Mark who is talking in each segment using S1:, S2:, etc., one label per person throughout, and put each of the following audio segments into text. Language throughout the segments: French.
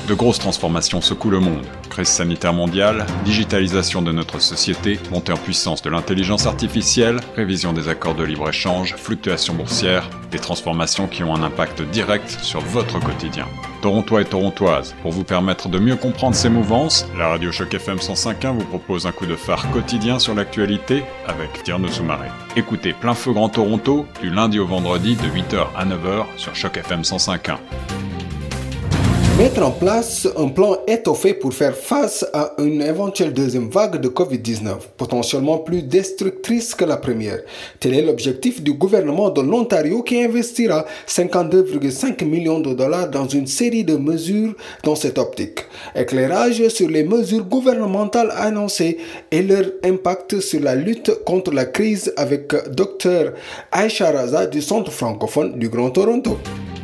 S1: De grosses transformations secouent le monde. Crise sanitaire mondiale, digitalisation de notre société, montée en puissance de l'intelligence artificielle, révision des accords de libre-échange, fluctuations boursières, des transformations qui ont un impact direct sur votre quotidien. Torontois et Torontoises, pour vous permettre de mieux comprendre ces mouvances, la radio Choc FM 105.1 vous propose un coup de phare quotidien sur l'actualité avec Tierno Soumaré. Écoutez Plein Feu Grand Toronto du lundi au vendredi de 8h à 9h sur Choc FM 105.1.
S2: Mettre en place un plan étoffé pour faire face à une éventuelle deuxième vague de COVID-19, potentiellement plus destructrice que la première. Tel est l'objectif du gouvernement de l'Ontario qui investira 52,5 millions de dollars dans une série de mesures dans cette optique. Éclairage sur les mesures gouvernementales annoncées et leur impact sur la lutte contre la crise avec Dr Aisha Raza du Centre francophone du Grand Toronto.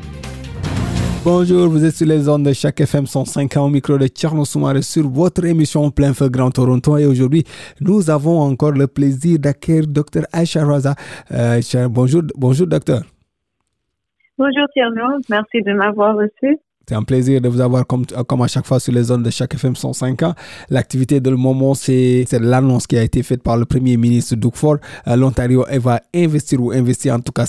S3: Bonjour, vous êtes sur les ondes de Choc FM 105 au micro de Tierno Soumaré sur votre émission Plein Feu Grand Toronto. Et aujourd'hui, nous avons encore le plaisir d'accueillir Dr Aisha Raza. Bonjour docteur.
S4: Bonjour Tierno, merci de m'avoir reçu.
S3: C'est un plaisir de vous avoir comme à chaque fois sur les ondes de Choc FM 105. L'activité de le moment, c'est l'annonce qui a été faite par le premier ministre Doug Ford. L'Ontario va investir en tout cas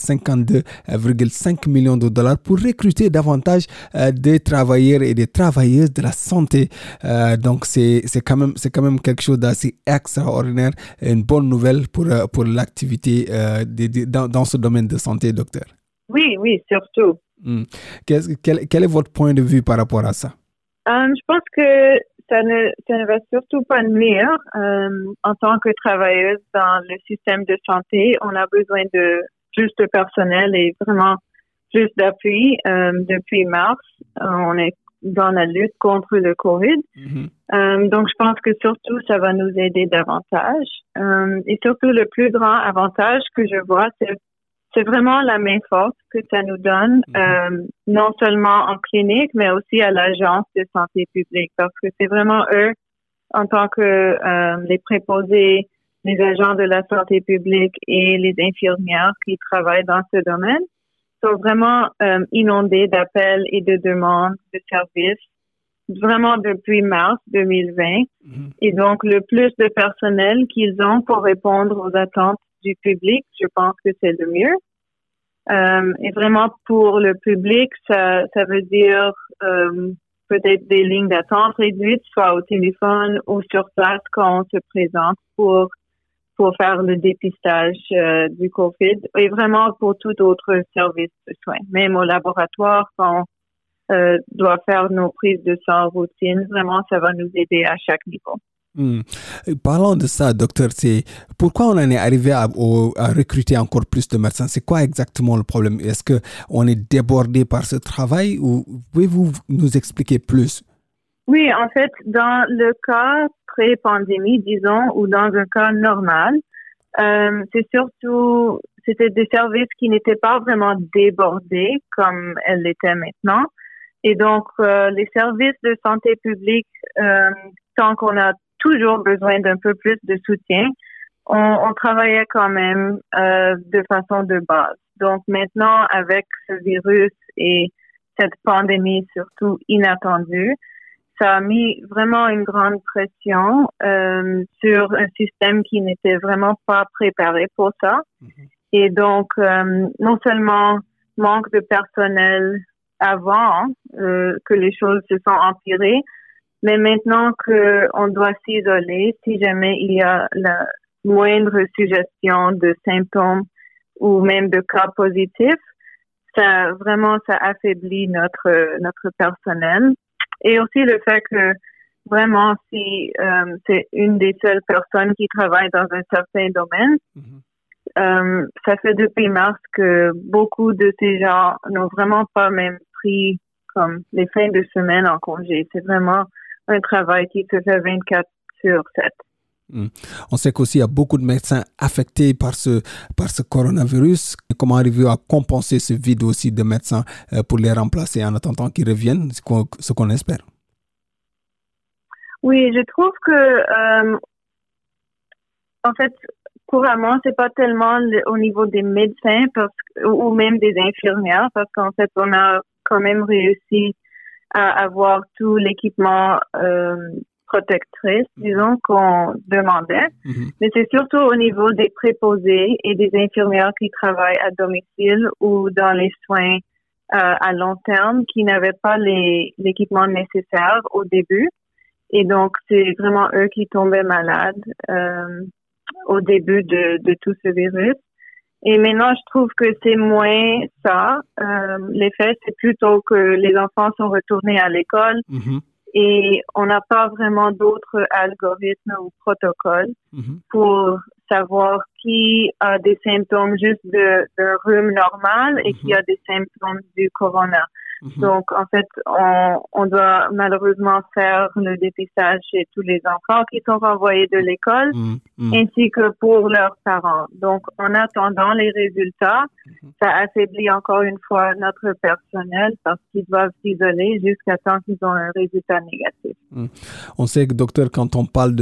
S3: 52,5 millions de dollars pour recruter davantage des travailleurs et des travailleuses de la santé. Donc c'est quand même quelque chose d'assez extraordinaire et une bonne nouvelle pour l'activité dans ce domaine de santé, docteur.
S4: Oui, surtout.
S3: Quel est votre point de vue par rapport à ça?
S4: Je pense que ça ne va surtout pas nuire. En tant que travailleuse dans le système de santé, on a besoin de plus de personnel et vraiment plus d'appui. Depuis mars, on est dans la lutte contre le COVID. Donc, je pense que surtout, ça va nous aider davantage. Et surtout, le plus grand avantage que je vois, c'est vraiment la main forte que ça nous donne, non seulement en clinique, mais aussi à l'Agence de santé publique, parce que c'est vraiment eux, en tant que les préposés, les agents de la santé publique et les infirmières qui travaillent dans ce domaine, sont vraiment inondés d'appels et de demandes de services, vraiment depuis mars 2020. Et donc, le plus de personnel qu'ils ont pour répondre aux attentes du public, je pense que c'est le mieux. Et vraiment pour le public, ça veut dire peut-être des lignes d'attente réduites, soit au téléphone ou sur place quand on se présente pour faire le dépistage du COVID et vraiment pour tout autre service de soins. Même au laboratoire, quand on doit faire nos prises de sang routine, vraiment, ça va nous aider à chaque niveau.
S3: Parlons de ça, docteur. C'est pourquoi on en est arrivé à recruter encore plus de médecins? C'est quoi exactement le problème? Est-ce qu'on est débordé par ce travail ou pouvez-vous nous expliquer plus?
S4: Oui, en fait, dans le cas pré-pandémie, disons, ou dans un cas normal, c'était des services qui n'étaient pas vraiment débordés comme elles l'étaient maintenant. Et donc, les services de santé publique, tant qu'on a toujours besoin d'un peu plus de soutien, on travaillait quand même de façon de base. Donc maintenant, avec ce virus et cette pandémie surtout inattendue, ça a mis vraiment une grande pression sur un système qui n'était vraiment pas préparé pour ça. Et donc, non seulement manque de personnel avant que les choses se sont empirées, mais maintenant qu'on doit s'isoler, si jamais il y a la moindre suggestion de symptômes ou même de cas positifs, ça affaiblit notre personnel. Et aussi le fait que vraiment, si c'est une des seules personnes qui travaille dans un certain domaine, ça fait depuis mars que beaucoup de ces gens n'ont vraiment pas même pris comme les fins de semaine en congé. C'est vraiment un travail qui se fait 24/7.
S3: On sait qu'aussi il y a beaucoup de médecins affectés par ce coronavirus. Comment arriver à compenser ce vide aussi de médecins pour les remplacer en attendant qu'ils reviennent, ce qu'on espère?
S4: Oui, je trouve que en fait, couramment, c'est pas tellement au niveau des médecins ou même des infirmières, parce qu'en fait, on a quand même réussi à avoir tout l'équipement protectrice, disons, qu'on demandait. Mais c'est surtout au niveau des préposés et des infirmières qui travaillent à domicile ou dans les soins à long terme qui n'avaient pas l'équipement nécessaire au début. Et donc, c'est vraiment eux qui tombaient malades au début de tout ce virus. Et maintenant, je trouve que c'est moins ça. L'effet, c'est plutôt que les enfants sont retournés à l'école et on n'a pas vraiment d'autres algorithmes ou protocoles pour savoir qui a des symptômes juste de rhume normal et qui a des symptômes du corona. Donc, en fait, on doit malheureusement faire le dépistage chez tous les enfants qui sont renvoyés de l'école, ainsi que pour leurs parents. Donc, en attendant les résultats, ça affaiblit encore une fois notre personnel parce qu'ils doivent s'isoler jusqu'à temps qu'ils ont un résultat négatif.
S3: On sait que, docteur, quand on parle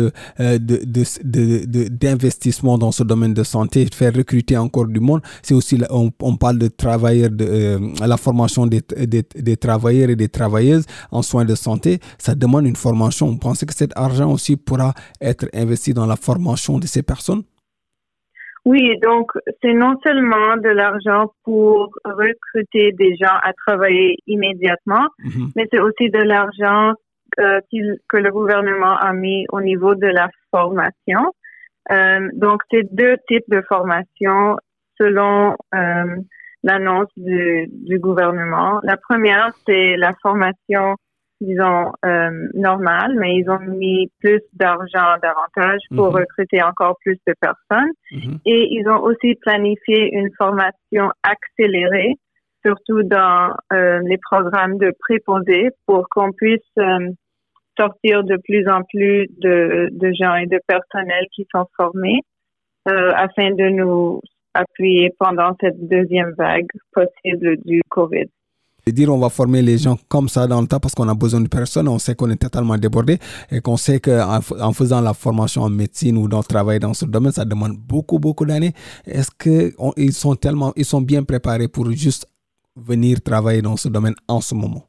S3: d'investissement dans ce domaine de santé, de faire recruter encore du monde, c'est aussi, on parle de travailleurs, la formation des travailleurs et des travailleuses en soins de santé. Ça demande une formation. Vous pensez que cet argent aussi pourra être investi dans la formation de ces personnes?
S4: Oui, donc c'est non seulement de l'argent pour recruter des gens à travailler immédiatement, mais c'est aussi de l'argent que le gouvernement a mis au niveau de la formation. Donc, c'est deux types de formation selon l'annonce du gouvernement. La première, c'est la formation, disons, normale, mais ils ont mis plus d'argent davantage pour recruter encore plus de personnes. Et ils ont aussi planifié une formation accélérée, surtout dans les programmes de préposés, pour qu'on puisse sortir de plus en plus de gens et de personnel qui sont formés afin de nous appuyer pendant cette deuxième vague possible du COVID.
S3: Dire on va former les gens comme ça dans le temps parce qu'on a besoin de personnes, on sait qu'on est totalement débordé et qu'on sait qu'en faisant la formation en médecine ou dans travailler dans ce domaine, ça demande beaucoup d'années. Est-ce qu'ils sont bien préparés pour juste venir travailler dans ce domaine en ce moment?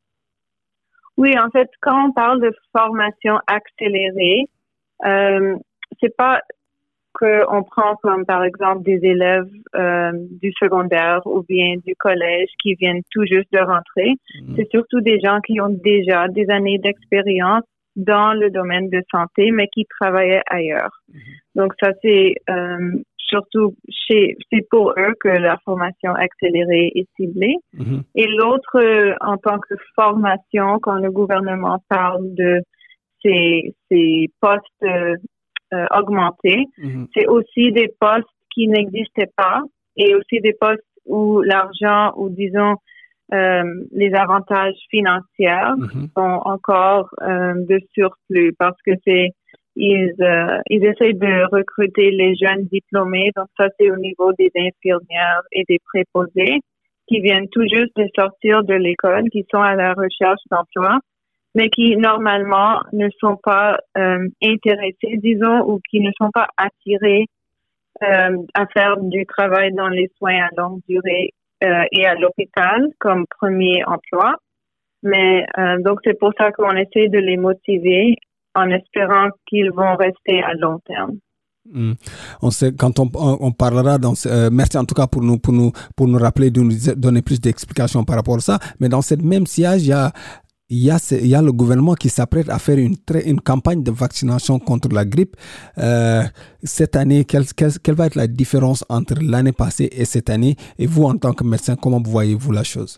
S4: Oui, en fait, quand on parle de formation accélérée, c'est pas qu'on prend comme par exemple des élèves du secondaire ou bien du collège qui viennent tout juste de rentrer. C'est surtout des gens qui ont déjà des années d'expérience dans le domaine de santé, mais qui travaillaient ailleurs. Donc ça, c'est surtout c'est pour eux que la formation accélérée est ciblée. Et l'autre, en tant que formation, quand le gouvernement parle de ces postes augmentés, c'est aussi des postes qui n'existaient pas et aussi des postes où l'argent ou disons les avantages financiers sont encore de surplus parce que ils essayent de recruter les jeunes diplômés. Donc ça, c'est au niveau des infirmières et des préposés qui viennent tout juste de sortir de l'école, qui sont à la recherche d'emploi, mais qui normalement ne sont pas intéressés, disons, ou qui ne sont pas attirés à faire du travail dans les soins à longue durée et à l'hôpital comme premier emploi. Mais donc c'est pour ça qu'on essaie de les motiver en espérant qu'ils vont rester à long terme.
S3: On sait quand on parlera merci en tout cas pour nous rappeler, de nous donner plus d'explications par rapport à ça. Mais dans cette même sillage, il y a le gouvernement qui s'apprête à faire une campagne de vaccination contre la grippe. Cette année, quelle va être la différence entre l'année passée et cette année? Et vous, en tant que médecin, comment voyez-vous la chose?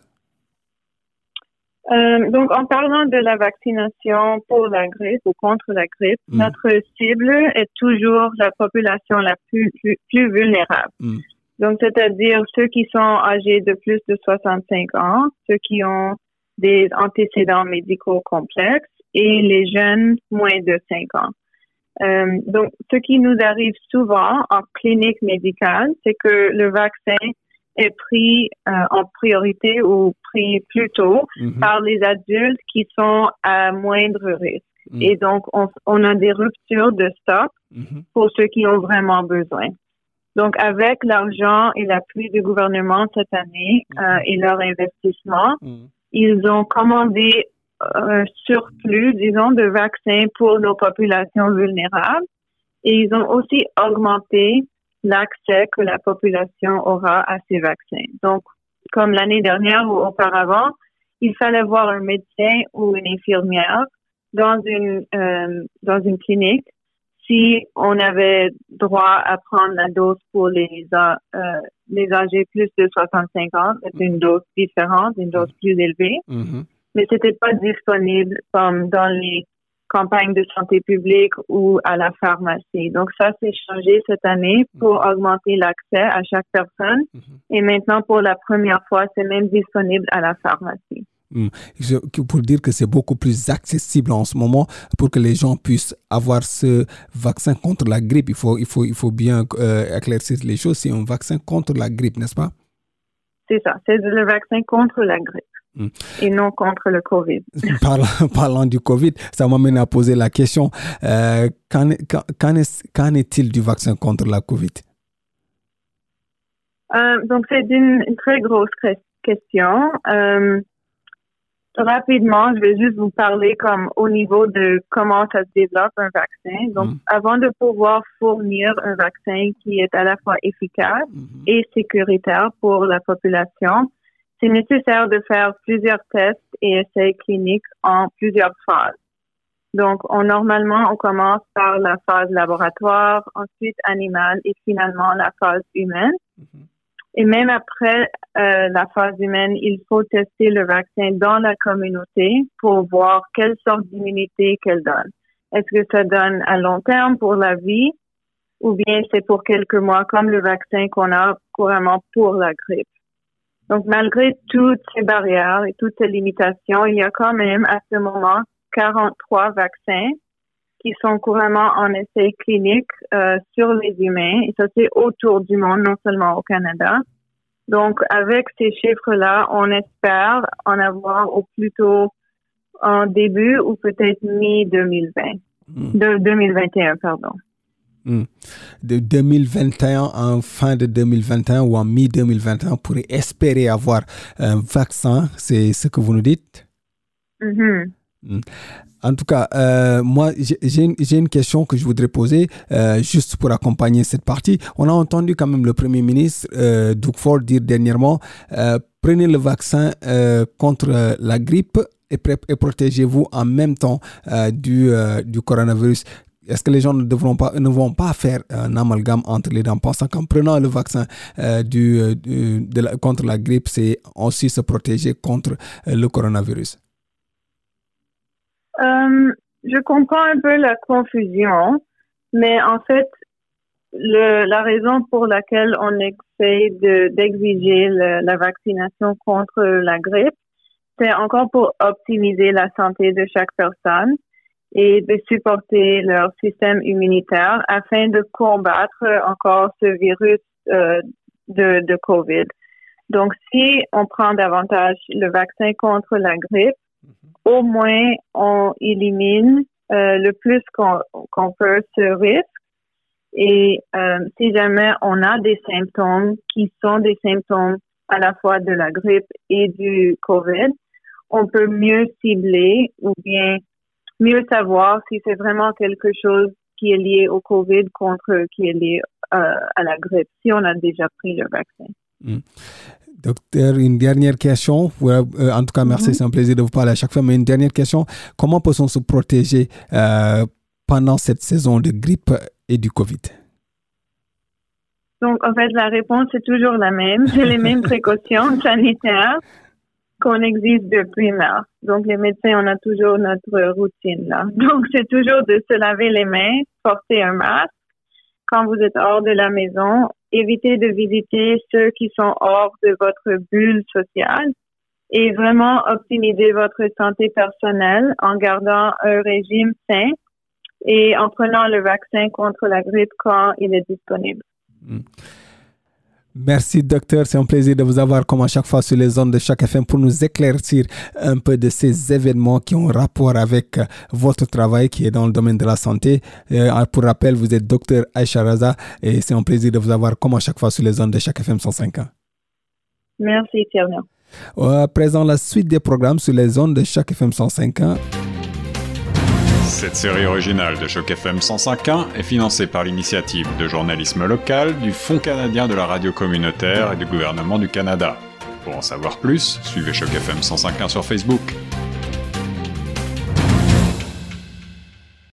S4: Donc, en parlant de la vaccination pour la grippe ou contre la grippe, notre cible est toujours la population la plus vulnérable. Donc, c'est-à-dire ceux qui sont âgés de plus de 65 ans, ceux qui ont des antécédents médicaux complexes et les jeunes moins de 5 ans. Donc, ce qui nous arrive souvent en clinique médicale, c'est que le vaccin est pris en priorité ou pris plus tôt par les adultes qui sont à moindre risque. Et donc, on a des ruptures de stock pour ceux qui ont vraiment besoin. Donc, avec l'argent et l'appui du gouvernement cette année et leur investissement, ils ont commandé un surplus, disons, de vaccins pour nos populations vulnérables. Et ils ont aussi augmenté l'accès que la population aura à ces vaccins. Donc, comme l'année dernière ou auparavant, il fallait voir un médecin ou une infirmière dans une clinique si on avait droit à prendre la dose pour les âgés plus de 65 ans. C'est une dose différente, une dose plus élevée.
S3: Mhm.
S4: Mais c'était pas disponible comme dans les campagnes de santé publique ou à la pharmacie. Donc ça, c'est changé cette année pour augmenter l'accès à chaque personne. Et maintenant, pour la première fois, c'est même disponible à la pharmacie.
S3: Pour dire que c'est beaucoup plus accessible en ce moment pour que les gens puissent avoir ce vaccin contre la grippe. Il faut bien éclaircir les choses. C'est un vaccin contre la grippe, n'est-ce pas?
S4: C'est ça. C'est le vaccin contre la grippe. Et non contre le COVID.
S3: Parlant du COVID, ça m'amène à poser la question. Qu'en est-il du vaccin contre la COVID?
S4: Donc, c'est une très grosse question. Rapidement, je vais juste vous parler comme au niveau de comment ça se développe un vaccin. Donc, avant de pouvoir fournir un vaccin qui est à la fois efficace et sécuritaire pour la population, c'est nécessaire de faire plusieurs tests et essais cliniques en plusieurs phases. Donc, normalement, on commence par la phase laboratoire, ensuite animale et finalement la phase humaine. Et même après la phase humaine, il faut tester le vaccin dans la communauté pour voir quelle sorte d'immunité qu'elle donne. Est-ce que ça donne à long terme pour la vie ou bien c'est pour quelques mois comme le vaccin qu'on a couramment pour la grippe? Donc, malgré toutes ces barrières et toutes ces limitations, il y a quand même à ce moment 43 vaccins qui sont couramment en essai clinique sur les humains. Et ça, c'est autour du monde, non seulement au Canada. Donc, avec ces chiffres-là, on espère en avoir au plus tôt en début ou peut-être mi-2020. De 2021, pardon.
S3: De 2021 en fin de 2021 ou en mi-2021, on pourrait espérer avoir un vaccin, c'est ce que vous nous dites? En tout cas, moi, j'ai une question que je voudrais poser juste pour accompagner cette partie. On a entendu quand même le Premier ministre Doug Ford dire dernièrement prenez le vaccin contre la grippe et protégez-vous en même temps du coronavirus. Est-ce que les gens ne vont pas faire un amalgame entre les deux en pensant qu'en prenant le vaccin contre la grippe, c'est aussi se protéger contre le coronavirus?
S4: Je comprends un peu la confusion, mais en fait, la raison pour laquelle on essaie d'exiger la vaccination contre la grippe, c'est encore pour optimiser la santé de chaque personne et de supporter leur système immunitaire afin de combattre encore ce virus de COVID. Donc, si on prend davantage le vaccin contre la grippe, au moins on élimine le plus qu'on peut ce risque. Et si jamais on a des symptômes qui sont des symptômes à la fois de la grippe et du COVID, on peut mieux cibler ou bien mieux savoir si c'est vraiment quelque chose qui est lié au COVID contre qui est lié à la grippe, si on a déjà pris le vaccin.
S3: Docteur, une dernière question. En tout cas, merci, c'est un plaisir de vous parler à chaque fois. Mais une dernière question. Comment peut-on se protéger pendant cette saison de grippe et du COVID?
S4: Donc, en fait, la réponse est toujours la même. C'est les mêmes précautions sanitaires qu'on existe depuis mars. Donc, les médecins, on a toujours notre routine là. Donc, c'est toujours de se laver les mains, porter un masque. Quand vous êtes hors de la maison, évitez de visiter ceux qui sont hors de votre bulle sociale et vraiment optimiser votre santé personnelle en gardant un régime sain et en prenant le vaccin contre la grippe quand il est disponible.
S3: Merci, docteur. C'est un plaisir de vous avoir comme à chaque fois sur les ondes de Choc FM pour nous éclaircir un peu de ces événements qui ont rapport avec votre travail qui est dans le domaine de la santé. Pour rappel, vous êtes docteur Aïcha Raza et c'est un plaisir de vous avoir comme à chaque fois sur les ondes de Choc FM 105 ans.
S4: Merci, Thierry.
S3: À présent, la suite des programmes sur les ondes de Choc FM 105.1.
S1: Cette série originale de Choc FM 105.1 est financée par l'initiative de journalisme local du Fonds canadien de la radio communautaire et du gouvernement du Canada. Pour en savoir plus, suivez Choc FM 105.1 sur Facebook.